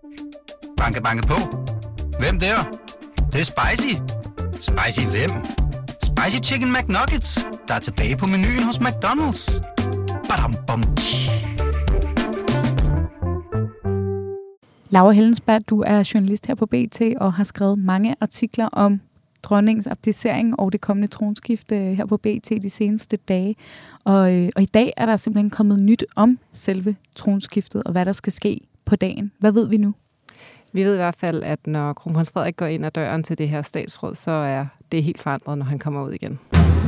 Banke, banke på. Hvem der? Det er spicy. Spicy hvem? Spicy Chicken McNuggets, der er tilbage på menuen hos McDonald's. Badum, bom, Laura Hellensberg, du er journalist her på BT og har skrevet mange artikler om dronningens abdicering og det kommende tronskifte her på BT de seneste dage. Og i dag er der simpelthen kommet nyt om selve tronskiftet og hvad der skal ske på dagen. Hvad ved vi nu? Vi ved i hvert fald, at når kronprins Frederik går ind ad døren til det her statsråd, så er det helt forandret, når han kommer ud igen.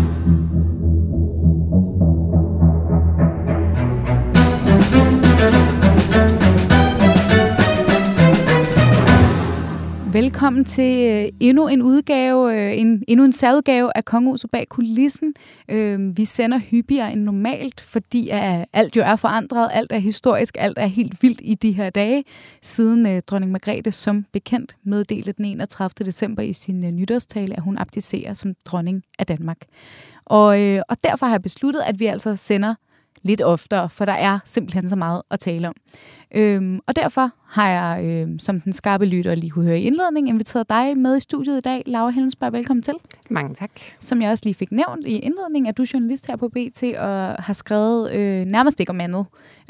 Velkommen til endnu en udgave, endnu en særudgave af Kongehuset bag kulissen. Vi sender hyppigere end normalt, fordi alt jo er forandret, alt er historisk, alt er helt vildt i de her dage, siden dronning Margrethe som bekendt meddelte den 31. december i sin nytårstale, at hun abdicerer som dronning af Danmark. Og derfor har jeg besluttet, at vi altså sender lidt oftere, for der er simpelthen så meget at tale om. Og derfor har jeg, som den skarpe lytter lige kunne høre i indledningen, inviteret dig med i studiet i dag. Laura Hellensberg, velkommen til. Mange tak. Som jeg også lige fik nævnt i indledningen, er du journalist her på BT og har skrevet nærmest ikke om andet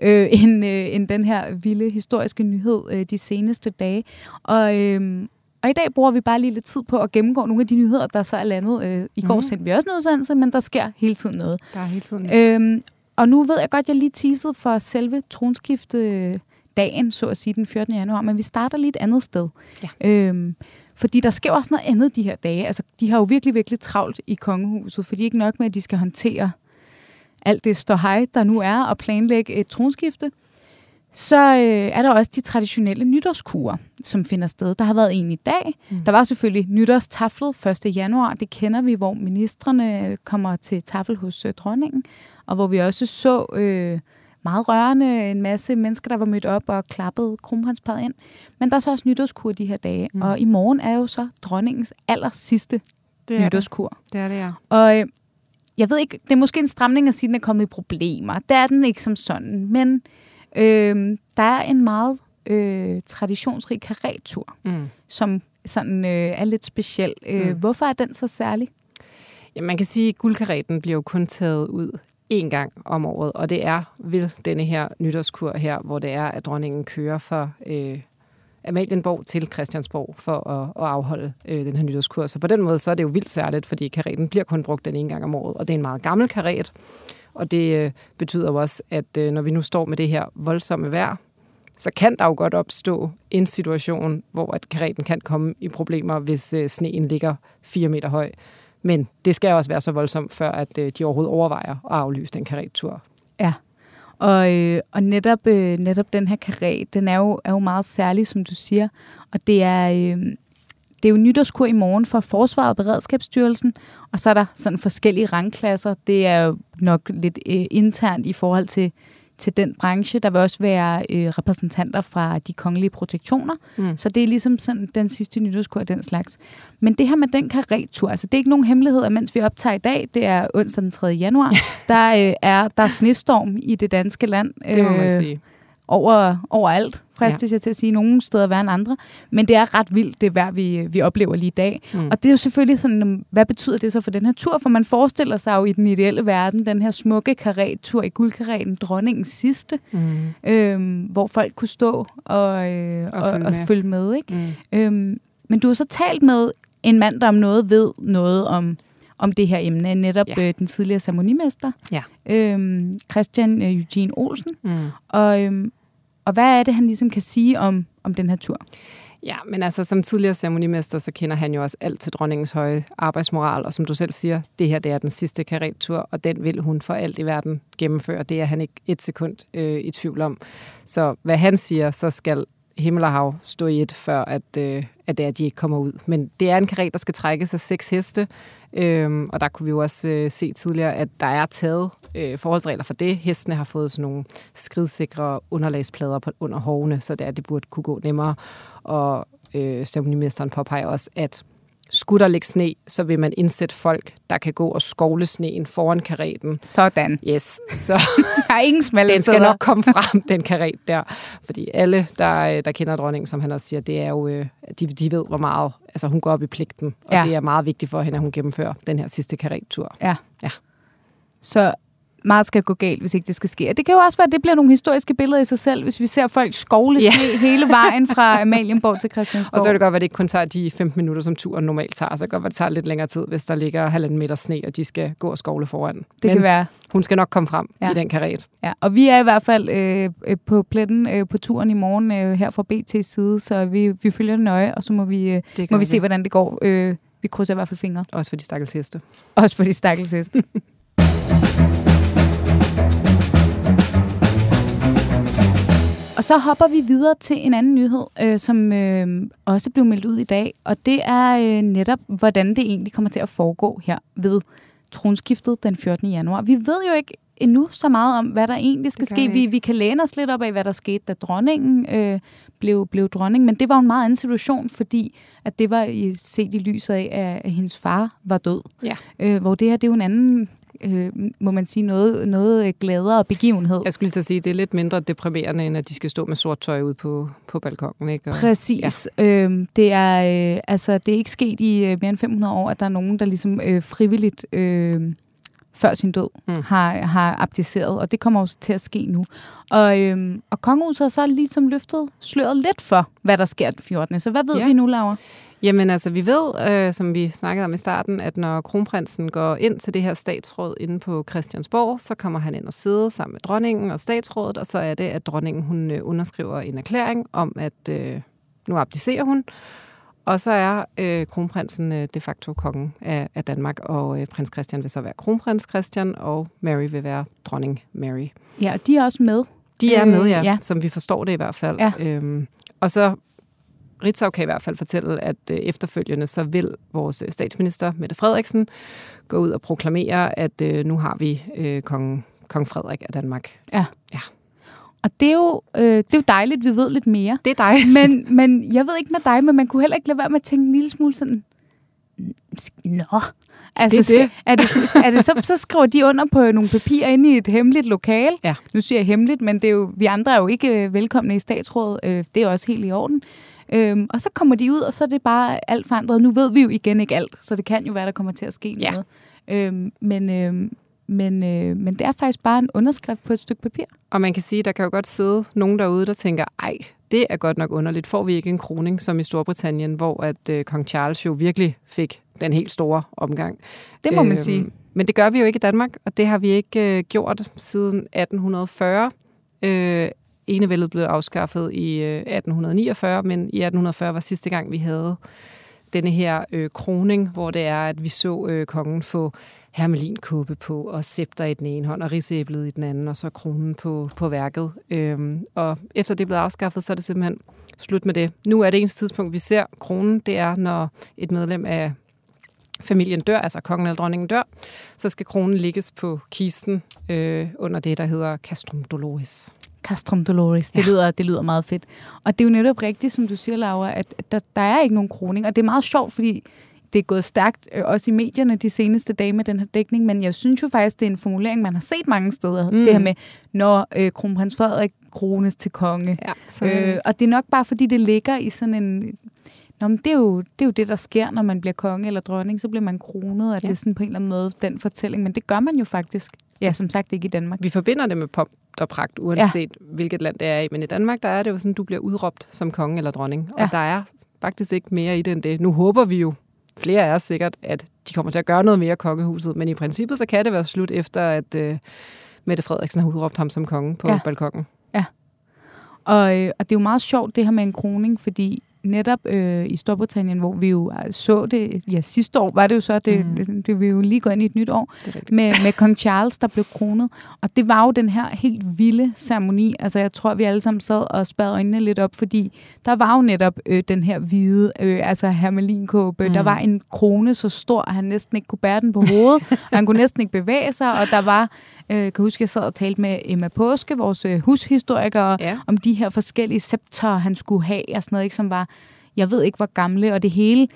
end den her vilde historiske nyhed de seneste dage. Og i dag bruger vi bare lige lidt tid på at gennemgå nogle af de nyheder, der så er landet. I går sendte vi også en udsendelse, men der sker hele tiden noget. Der er hele tiden og nu ved jeg godt, at jeg lige teasede for selve tronskiftedagen, så at sige, den 14. januar, men vi starter lige et andet sted. Ja. Fordi der sker også noget andet de her dage. Altså, de har jo virkelig, virkelig travlt i kongehuset, fordi ikke nok med, at de skal håndtere alt det ståhej, der nu er, og planlægge et tronskifte. Så er der også de traditionelle nytårskurer, som finder sted. Der har været en i dag. Der var selvfølgelig nytårstaflet 1. januar. Det kender vi, hvor ministrene kommer til tafel hos dronningen. Og hvor vi også så meget rørende en masse mennesker, der var mødt op og klappede kronprinsparret ind. Men der er så også nytårskur de her dage. Og i morgen er jo så dronningens allersidste nytårskur. Det er det, ja. Og jeg ved ikke, det er måske en stramning at sige, at den er kommet i problemer. Det er den ikke som sådan, men der er en meget traditionsrig karettur, som sådan er lidt speciel. Hvorfor er den så særlig? Ja, man kan sige, at guldkaretten bliver jo kun taget ud én gang om året, og det er ved denne her nytårskur her, hvor det er, at dronningen kører fra Amalienborg til Christiansborg for at afholde den her nytårskur. Så på den måde så er det jo vildt særligt, fordi karetten bliver kun brugt den ene gang om året, og det er en meget gammel karet. Og det betyder jo også, at når vi nu står med det her voldsomme vejr, så kan der jo godt opstå en situation, hvor at karetten kan komme i problemer, hvis sneen ligger 4 meter høj. Men det skal også være så voldsomt, før at de overhovedet overvejer at aflyse den karettur. Ja, og netop den her karet, den er jo meget særlig, som du siger. Og det er jo nytårskur i morgen for Forsvaret og Beredskabsstyrelsen, og så er der sådan forskellige rangklasser. Det er jo nok lidt internt i forhold til den branche. Der vil også være repræsentanter fra de kongelige protektioner, så det er ligesom sådan den sidste nytårskur af den slags. Men det her med den karettur, altså det er ikke nogen hemmelighed, at mens vi optager i dag, det er onsdag den 3. januar, der er snestorm i det danske land. Det må man sige. Overalt, fristes jeg til at sige, nogle steder værre end andre. Men det er ret vildt, det vejr, vi oplever lige i dag. Og det er jo selvfølgelig sådan, hvad betyder det så for den her tur? For man forestiller sig jo i den ideelle verden, den her smukke karettur i guldkaretten, dronningens sidste, hvor folk kunne stå og følge med. Ikke? Men du har så talt med en mand, der om noget ved noget om det her emne, netop den tidligere ceremonimester, Christian Eugene Olsen. Og hvad er det, han ligesom kan sige om den her tur? Ja, men altså som tidligere ceremonimester, så kender han jo også alt til dronningens høje arbejdsmoral, og som du selv siger, det her det er den sidste karettur, og den vil hun for alt i verden gennemføre. Det er han ikke et sekund i tvivl om. Så hvad han siger, så skal himmel og hav stå i et, før at det er, at de ikke kommer ud. Men det er en karet, der skal trækkes af 6 heste, og der kunne vi jo også se tidligere, at der er taget forholdsregler for det. Hestene har fået sådan nogle skridsikre underlagsplader under hovene, så det burde kunne gå nemmere. Og ceremonimesteren påpeger også, at skulle der ligge sne, så vil man indsætte folk, der kan gå og skovle sneen foran kareten. Sådan. Yes. Så der er ingen smalle den skal nok komme frem, den karet der. Fordi alle, der kender dronningen, som han også siger, det er jo, de ved, hvor meget hun går op i pligten. Og det er meget vigtigt for hende, at hun gennemfører den her sidste karettur. Ja. Så meget skal gå galt, hvis ikke det skal ske. Og det kan jo også være, at det bliver nogle historiske billeder i sig selv, hvis vi ser folk skovle sne hele vejen fra Amalienborg til Christiansborg. Og så er det godt, at det ikke kun tager de 15 minutter, som turen normalt tager. Så kan det godt være, at det tager lidt længere tid, hvis der ligger 1,5 meter sne, og de skal gå og skovle foran. Det kan være. Hun skal nok komme frem i den karet. Ja, og vi er i hvert fald på pletten på turen i morgen her fra BT's side, så vi følger det nøje, og så må vi se, hvordan det går. Vi krydser i hvert fald fingre. Også for de stakkels heste. Også for de stakkels heste. Og så hopper vi videre til en anden nyhed, som også blev meldt ud i dag, og det er netop, hvordan det egentlig kommer til at foregå her ved tronskiftet den 14. januar. Vi ved jo ikke endnu så meget om, hvad der egentlig skal ske. Vi kan læne os lidt op af, hvad der skete, da dronningen blev dronning, men det var en meget anden situation, fordi at det var set i lyset af, at hendes far var død. Ja. Hvor det her, det er jo en anden... må man sige, noget glædere og begivenhed. Jeg skulle lige til at sige, det er lidt mindre deprimerende, end at de skal stå med sort tøj ude på balkongen, ikke? Præcis. Ja. Det er ikke sket i mere end 500 år, at der er nogen, der ligesom frivilligt før sin død har abdiceret, og det kommer også til at ske nu. Og kongehuset har så ligesom løftet sløret lidt for, hvad der sker den 14. Så hvad ved vi nu, Laura? Jamen vi ved, som vi snakkede om i starten, at når kronprinsen går ind til det her statsråd inde på Christiansborg, så kommer han ind og sidder sammen med dronningen og statsrådet, og så er det, at dronningen hun underskriver en erklæring om, at nu abdicerer hun, og så er kronprinsen de facto kongen af Danmark, og prins Christian vil så være kronprins Christian, og Mary vil være dronning Mary. Ja, og de er også med. De er med, ja, som vi forstår det i hvert fald. Ja. Og så Ritzau kan i hvert fald fortælle, at efterfølgende så vil vores statsminister, Mette Frederiksen, gå ud og proklamere, at nu har vi kong Frederik af Danmark. Ja. Og det er jo dejligt, vi ved lidt mere. Det er dejligt. Men jeg ved ikke med dig, men man kunne heller ikke lade være med at tænke en lille smule sådan, nå, altså, så skriver de under på nogle papirer inde i et hemmeligt lokale. Ja. Nu siger jeg hemmeligt, men det er jo, vi andre er jo ikke velkomne i statsrådet. Det er også helt i orden. Og så kommer de ud, og så er det bare alt forandret. Nu ved vi jo igen ikke alt, så det kan jo være, der kommer til at ske noget. Men det er faktisk bare en underskrift på et stykke papir. Og man kan sige, der kan jo godt sidde nogen derude, der tænker, ej, det er godt nok underligt. Får vi ikke en kroning som i Storbritannien, hvor at kong Charles jo virkelig fik den helt store omgang. Det må man sige. Men det gør vi jo ikke i Danmark, og det har vi ikke gjort siden 1840. Enevældet blev afskaffet i 1849, men i 1840 var sidste gang, vi havde denne her kroning, hvor det er, at vi så kongen få hermelinkåbe på, og scepter i den ene hånd, og rigsæblet i den anden, og så kronen på værket. Og efter det blev afskaffet, så er det simpelthen slut med det. Nu er det eneste tidspunkt, vi ser kronen, det er, når et medlem af familien dør, altså kongen eller dronningen dør, så skal kronen lægges på kisten under det, der hedder Castrum Doloris. Castrum Doloris, det lyder meget fedt. Og det er jo netop rigtigt, som du siger, Laura, at der er ikke nogen kroning, og det er meget sjovt, fordi det er gået stærkt, også i medierne de seneste dage med den her dækning, men jeg synes jo faktisk, det er en formulering, man har set mange steder. Det her med, når kronprins Frederik krones til konge. Ja, og det er nok bare, fordi det ligger i sådan en... Nå, men det er jo det, der sker, når man bliver konge eller dronning, så bliver man kronet, at det er sådan på en eller anden måde den fortælling, men det gør man jo faktisk. Ja, som sagt ikke i Danmark. Vi forbinder det med pomp og pragt, uanset hvilket land det er i, men i Danmark, der er det jo sådan, du bliver udråbt som konge eller dronning, og der er faktisk ikke mere i det end det. Nu håber vi jo, flere af os sikkert, at de kommer til at gøre noget mere kongehuset, men i princippet så kan det være slut efter, at Mette Frederiksen har udråbt ham som konge på balkongen. Ja, og det er jo meget sjovt det her med en kroning, fordi netop i Storbritannien, hvor vi jo så det, sidste år var det jo så, det vil jo lige gå ind i et nyt år, med kong Charles, der blev kronet. Og det var jo den her helt vilde ceremoni. Altså jeg tror, vi alle sammen sad og spærrede øjnene lidt op, fordi der var jo netop den her hvide, altså hermelinkåbe. Der var en krone så stor, at han næsten ikke kunne bære den på hovedet, og han kunne næsten ikke bevæge sig, og der var, kan huske, jeg sad og talte med Emma Påske, vores hushistoriker, om de her forskellige scepter, han skulle have, og sådan noget, ikke, som var, jeg ved ikke hvor gamle, og det hele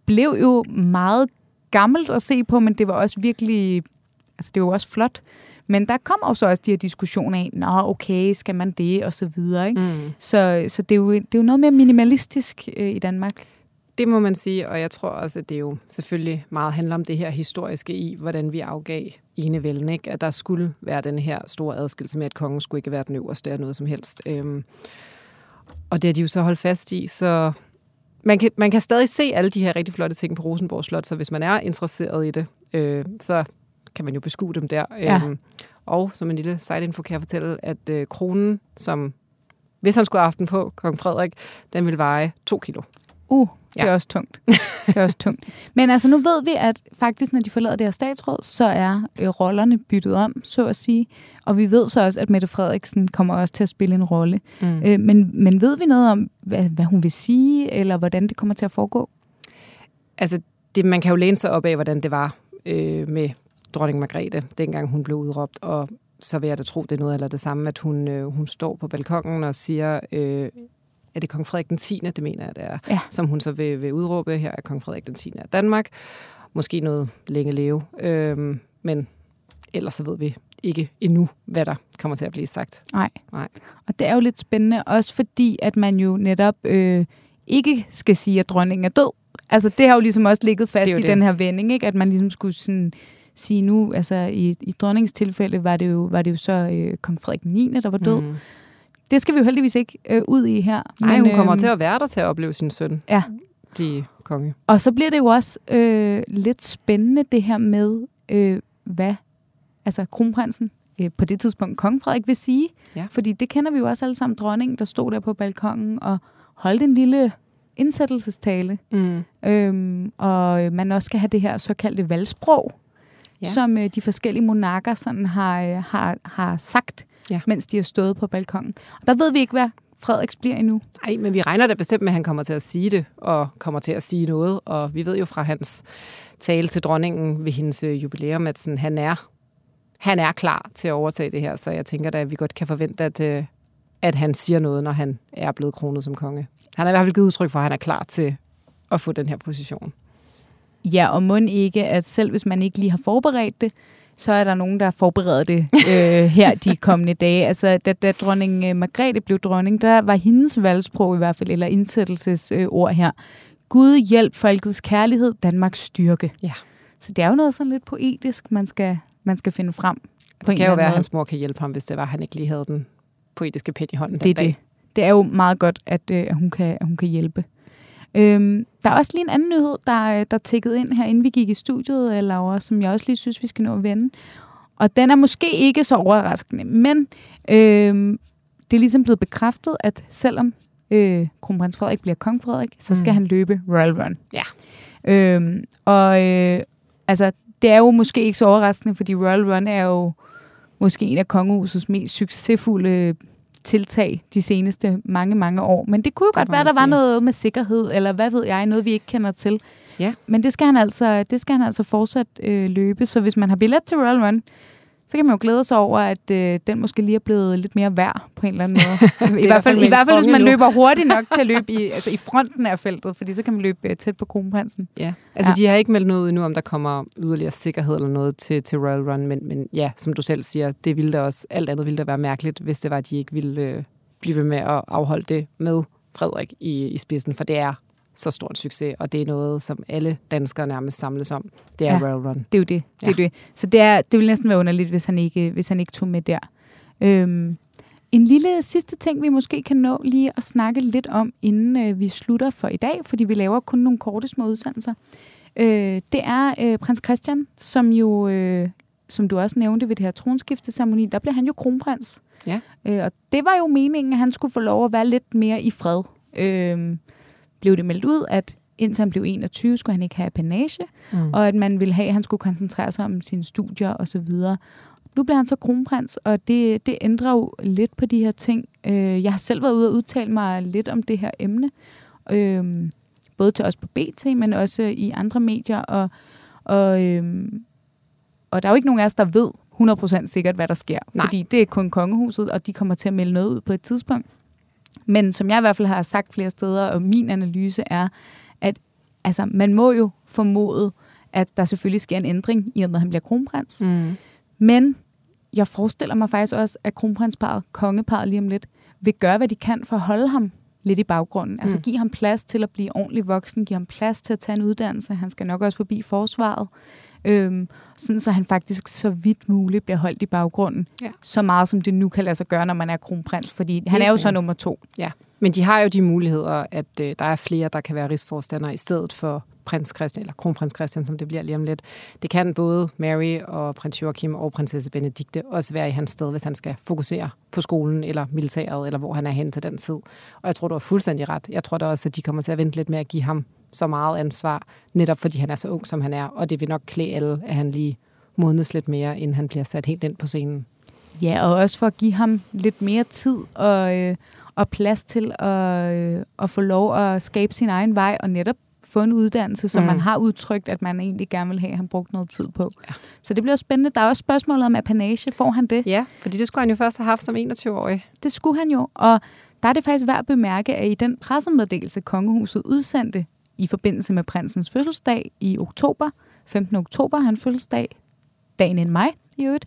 blev jo meget gammelt at se på, men det var også virkelig, altså det var også flot. Men der kom også de her diskussioner af, nå okay, skal man det, og så videre. Ikke? Så det er jo noget mere minimalistisk i Danmark. Det må man sige, og jeg tror også, at det jo selvfølgelig meget handler om det her historiske i, hvordan vi afgav enevælden, ikke? At der skulle være den her store adskillelse med, at kongen skulle ikke være den øverste af noget som helst. Og det har de jo så holdt fast i, så man kan stadig se alle de her rigtig flotte ting på Rosenborg Slot, så hvis man er interesseret i det, så kan man jo beskue dem der. Ja. Og som en lille side-info kan jeg fortælle, at kronen, som hvis han skulle have haft den på, kong Frederik, den ville veje 2 kilo. Det er også tungt. Det er også tungt. Men altså nu ved vi, at faktisk, når de forlader det her statsråd, så er rollerne byttet om, så at sige. Og vi ved så også, at Mette Frederiksen kommer også til at spille en rolle. Men ved vi noget om, hvad hun vil sige, eller hvordan det kommer til at foregå? Altså, man kan jo læne sig op af, hvordan det var med dronning Margrethe, dengang hun blev udråbt, og så vil jeg da tro, det er noget eller det samme, at hun står på balkongen og siger, er det kong Frederik den 10., det mener jeg, det er, som hun så vil udråbe, her er kong Frederik den 10. af Danmark. Måske noget længe leve, men ellers så ved vi ikke endnu, hvad der kommer til at blive sagt. Nej. Og det er jo lidt spændende, også fordi, at man jo netop ikke skal sige, at dronningen er død. Altså det har jo ligesom også ligget fast i den her vending, ikke? At man ligesom skulle sådan sige nu, altså i dronningens tilfælde var det jo så kong Frederik den 9., der var død. Det skal vi jo heldigvis ikke ud i her. Nej, hun kommer til at være der til at opleve sin søn blive konge. Og så bliver det jo også lidt spændende det her med, hvad altså kronprinsen på det tidspunkt kong Frederik vil sige. Ja. Fordi det kender vi jo også alle sammen, dronningen, der stod der på balkongen og holdt en lille indsættelsestale. Og man også skal have det her såkaldte valgsprog, som de forskellige monarker sådan har sagt, mens de har stået på balkongen. Og der ved vi ikke, hvad Frederiks bliver endnu. Nej, men vi regner da bestemt med, at han kommer til at sige det, og kommer til at sige noget. Og vi ved jo fra hans tale til dronningen ved hendes jubilæum, at sådan, han er klar til at overtage det her. Så jeg tænker da, at vi godt kan forvente, at han siger noget, når han er blevet kronet som konge. Han har i hvert fald givet udtryk for, at han er klar til at få den her position. Ja, og mon ikke, at selv hvis man ikke lige har forberedt det, så er der nogen, der har forberedt det her de kommende dage. Altså, da dronning Margrethe blev dronning, der var hendes valgsprog i hvert fald, eller indsættelsesord her. Gud hjælp folkets kærlighed, Danmarks styrke. Ja. Så det er jo noget sådan lidt poetisk, man skal finde frem. Det kan jo være, at hans mor kan hjælpe ham, hvis det var, at han ikke lige havde den poetiske pen i hånden den dag. Det er jo meget godt, at hun kan hjælpe. Der er også lige en anden nyhed, der tikkede ind her, inden vi gik i studiet, Laura, som jeg også lige synes, vi skal nå at vende. Og den er måske ikke så overraskende, men det er ligesom blevet bekræftet, at selvom kronprins Frederik bliver kong Frederik, så skal han løbe Royal Run. Ja. Altså, det er jo måske ikke så overraskende, fordi Royal Run er jo måske en af kongehusets mest succesfulde tiltag de seneste mange år. Men det kunne jo godt være, der var noget med sikkerhed, eller hvad ved jeg, noget vi ikke kender til. Ja. Men det skal han altså fortsat løbe. Så hvis man har billet til Royal Run, så kan man jo glæde sig over, at den måske lige er blevet lidt mere værd på en eller anden måde. I hvert fald hvis man løber hurtigt nok til at løbe i fronten af feltet, fordi så kan man løbe tæt på kronprinsen. Ja. Altså de har ikke meldt noget endnu, om der kommer yderligere sikkerhed eller noget til Royal Run, men ja, som du selv siger, det ville da også, alt andet ville da være mærkeligt, hvis det var, at de ikke ville blive ved med at afholde det med Frederik i spidsen, for det er så stort succes, og det er noget, som alle danskere nærmest samles om. Det er Royal Run. Det er jo det. Det er det. Så det vil næsten være underligt, hvis han ikke tog med der. En lille sidste ting, vi måske kan nå lige at snakke lidt om, inden vi slutter for i dag, fordi vi laver kun nogle korte små udsendelser. Det er prins Christian, som jo, som du også nævnte ved det her tronskifteceremoni, der blev han jo kronprins. Ja. Og det var jo meningen, at han skulle få lov at være lidt mere i fred. Blev det meldt ud, at indtil han blev 21, skulle han ikke have apanage, og at man ville have, at han skulle koncentrere sig om sine studier osv. Nu bliver han så kronprins, og det ændrer jo lidt på de her ting. Jeg har selv været ude og udtale mig lidt om det her emne, både til os på BT, men også i andre medier, og der er jo ikke nogen af os, der ved 100% sikkert, hvad der sker, fordi det er kun kongehuset, og de kommer til at melde noget ud på et tidspunkt. Men som jeg i hvert fald har sagt flere steder, og min analyse er, at altså, man må jo formode, at der selvfølgelig sker en ændring, i og med, at han bliver kronprins. Men jeg forestiller mig faktisk også, at kronprinsparet, kongeparet lige om lidt, vil gøre, hvad de kan for at holde ham lidt i baggrunden. Altså give ham plads til at blive ordentlig voksen, give ham plads til at tage en uddannelse. Han skal nok også forbi forsvaret. Sådan så han faktisk så vidt muligt bliver holdt i baggrunden. Ja. Så meget som det nu kan lade sig gøre, når man er kronprins, fordi han er jo så nummer 2. Ja, men de har jo de muligheder, at der er flere, der kan være rigsforstander i stedet for prins Christian, eller kronprins Christian, som det bliver lige om lidt. Det kan både Mary og prins Joachim og prinsesse Benedikte også være i hans sted, hvis han skal fokusere på skolen eller militæret, eller hvor han er hen til den tid. Og jeg tror, du har fuldstændig ret. Jeg tror da også, at de kommer til at vente lidt med at give ham så meget ansvar, netop fordi han er så ung, som han er, og det vil nok klæde alle, at han lige modnes lidt mere, inden han bliver sat helt ind på scenen. Ja, og også for at give ham lidt mere tid og plads til at få lov at skabe sin egen vej, og netop få en uddannelse, som man har udtrykt, at man egentlig gerne vil have, han brugt noget tid på. Ja. Så det bliver spændende. Der er også spørgsmålet om apanage. Får han det? Ja, fordi det skulle han jo først have haft som 21-årig. Det skulle han jo, og der er det faktisk værd at bemærke, at i den pressemeddelelse, kongehuset udsendte i forbindelse med prinsens fødselsdag i oktober, 15. oktober, han fødselsdag, dagen inden mig i øvrigt,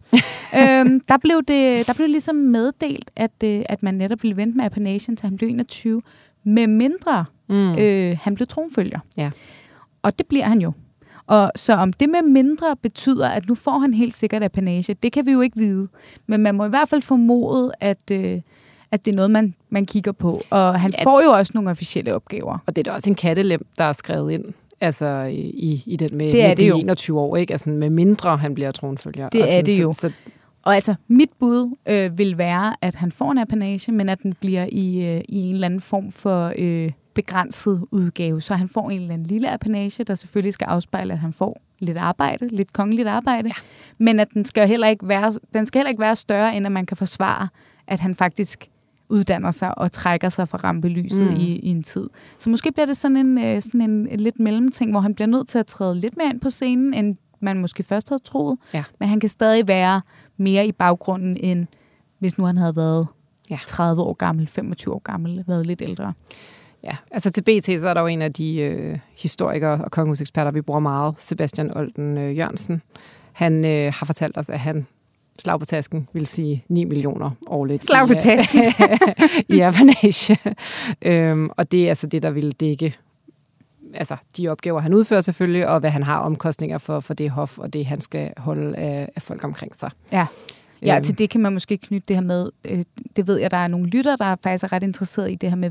der blev ligesom meddelt, at man netop ville vente med apanagen, til han blev 21, med mindre han blev tronfølger. Ja. Og det bliver han jo. Og så om det med mindre betyder, at nu får han helt sikkert apanage, det kan vi jo ikke vide. Men man må i hvert fald formode, at det er noget, man kigger på. Og han får jo også nogle officielle opgaver. Og det er da også en kattelem, der er skrevet ind. Altså i den med de 21 år, ikke? Altså med mindre han bliver tronfølger. Det er det jo. Og altså, mit bud vil være, at han får en apanage, men at den bliver i en eller anden form for begrænset udgave. Så han får en eller anden lille apanage, der selvfølgelig skal afspejle, at han får lidt arbejde, lidt kongeligt arbejde. Ja. Men at den skal heller ikke være større, end at man kan forsvare, at han faktisk uddanner sig og trækker sig fra rampelyset i en tid. Så måske bliver det sådan en lidt mellemting, hvor han bliver nødt til at træde lidt mere ind på scenen, end man måske først havde troet. Ja. Men han kan stadig være mere i baggrunden, end hvis nu han havde været 30 år gammel, 25 år gammel, været lidt ældre. Ja, altså til BT, så er der jo en af de historikere og kongehuseksperter, vi bruger meget, Sebastian Olden Jørgensen. Han har fortalt os, at han slag på tasken vil sige 9 millioner årligt. Slag på tasken? I apanage. Og det er altså det, der vil dække altså de opgaver, han udfører selvfølgelig, og hvad han har omkostninger for det hof, og det, han skal holde af folk omkring sig. Ja. Ja, til det kan man måske knytte det her med, det ved jeg, der er nogle lytter, der faktisk er ret interesseret i det her med,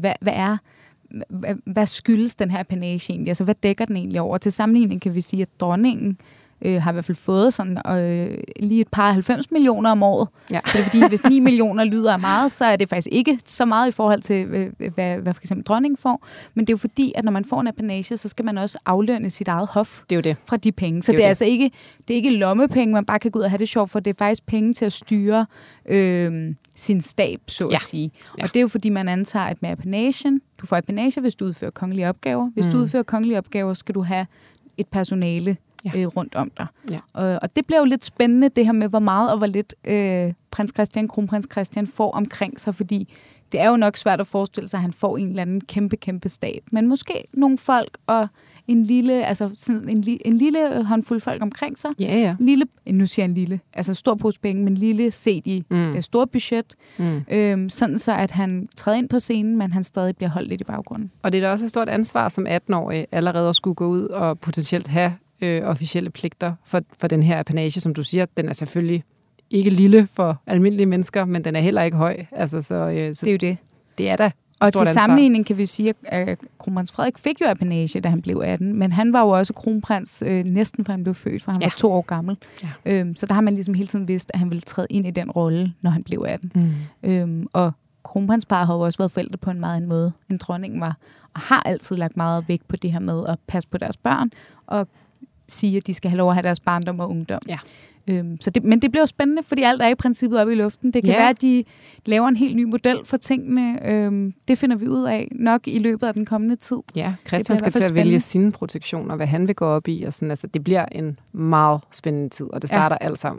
hvad skyldes den her apanage egentlig? Altså, hvad dækker den egentlig over? Til sammenligning kan vi sige, at dronningen har i hvert fald fået sådan lige et par 90 millioner om året. Ja. Så det er fordi, hvis 9 millioner lyder meget, så er det faktisk ikke så meget i forhold til, hvad for eksempel dronningen får. Men det er jo fordi, at når man får en apanage, så skal man også aflønne sit eget hof fra de penge. Så det er altså ikke lommepenge, man bare kan gå ud og have det sjovt, for det er faktisk penge til at styre sin stab, så at sige. Ja. Og det er jo fordi, man antager, at med apanagen, du får apanage, hvis du udfører kongelige opgaver. Hvis du udfører kongelige opgaver, skal du have et personale rundt om dig. Ja. Og det bliver jo lidt spændende, det her med, hvor meget og hvor lidt kronprins Christian får omkring sig, fordi det er jo nok svært at forestille sig, at han får en eller anden kæmpe stab. Men måske nogle folk og en lille håndfuld folk omkring sig. Ja. Nu siger jeg en lille, altså stor pose penge, men lille set i det store budget. Sådan så, at han træder ind på scenen, men han stadig bliver holdt lidt i baggrunden. Og det er da også et stort ansvar som 18-årig allerede at skulle gå ud og potentielt have officielle pligter for den her apanage, som du siger. Den er selvfølgelig ikke lille for almindelige mennesker, men den er heller ikke høj. Altså, så det er jo det. Det er da og til sammenligning kan vi sige, at kronprins Frederik fik jo apanage, da han blev 18, men han var jo også kronprins næsten fra han blev født, for han var 2 år gammel. Ja. Så der har man ligesom hele tiden vidst, at han ville træde ind i den rolle, når han blev 18. Og kronprinsparet har jo også været forældre på en meget anden måde, end dronningen var, og har altid lagt meget vægt på det her med at passe på deres børn, og sige, at de skal have lov at have deres barndom og ungdom. Ja. Men det bliver jo spændende, fordi alt er i princippet oppe i luften. Det kan være, at de laver en helt ny model for tingene. Det finder vi ud af nok i løbet af den kommende tid. Ja, Christian skal til at vælge sine protektioner, hvad han vil gå op i. Og sådan, altså, det bliver en meget spændende tid, og det starter alt sammen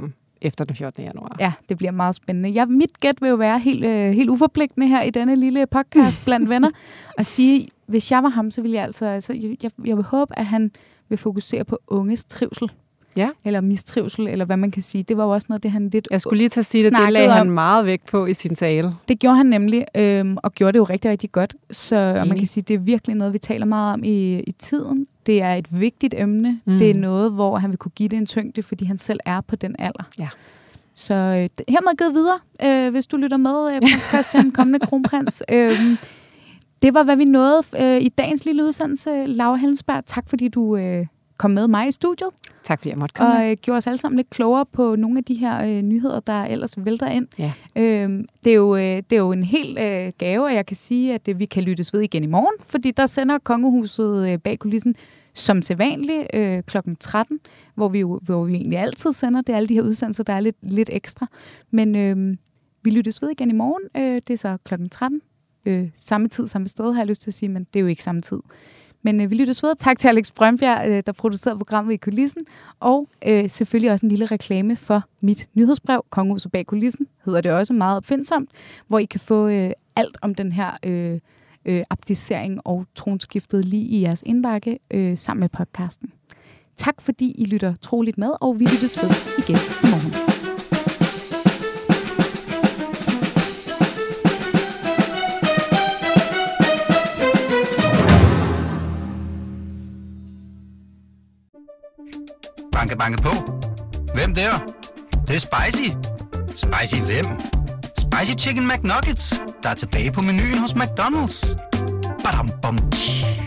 efter den 14. januar. Ja, det bliver meget spændende. Mit gæt vil jo være helt uforpligtende her i denne lille podcast blandt venner, og sige, hvis jeg var ham, så ville jeg jeg vil håbe, at han vil fokusere på unges trivsel. Ja. Eller mistrivsel, eller hvad man kan sige. Det var jo også noget, det han lidt Jeg skulle lige til at sige det lagde han meget vægt på i sin tale. Det gjorde han nemlig, og gjorde det jo rigtig, rigtig godt. Og man kan sige, det er virkelig noget, vi taler meget om i tiden. Det er et vigtigt emne. Det er noget, hvor han vil kunne give det en tyngde, fordi han selv er på den alder. Ja. Så hermed givet videre, hvis du lytter med, prins Christian, kommende kronprins. Det var, hvad vi nåede i dagens lille udsendelse. Laura Hellensberg, tak fordi du kom med mig i studiet. Tak fordi jeg måtte komme. Og gjorde os alle sammen lidt klogere på nogle af de her nyheder, der ellers vælter ind. Ja. Det er jo en hel gave, at jeg kan sige, at vi kan lyttes ved igen i morgen, fordi der sender Kongehuset bag kulissen som sædvanligt kl. 13, hvor vi egentlig altid sender. Det er alle de her udsendelser, der er lidt ekstra. Men vi lyttes ved igen i morgen. Det er så kl. 13. Samme tid, samme sted, har jeg lyst til at sige, men det er jo ikke samme tid. Men vi lytter videre. Tak til Alex Brøndbjerg, der producerede programmet i kulissen. Og selvfølgelig også en lille reklame for mit nyhedsbrev, Kongehuset bag kulissen, hedder det også, meget opfindsomt, hvor I kan få alt om den her abdicering og tronskiftet lige i jeres indbakke sammen med podcasten. Tak fordi I lytter troligt med, og vi lyttes ved igen i morgen. Banke, banke på. Hvem der? Det er spicy. Spicy hvem? Spicy Chicken McNuggets, der er tilbage på menuen hos McDonald's. Badum, bom, tji.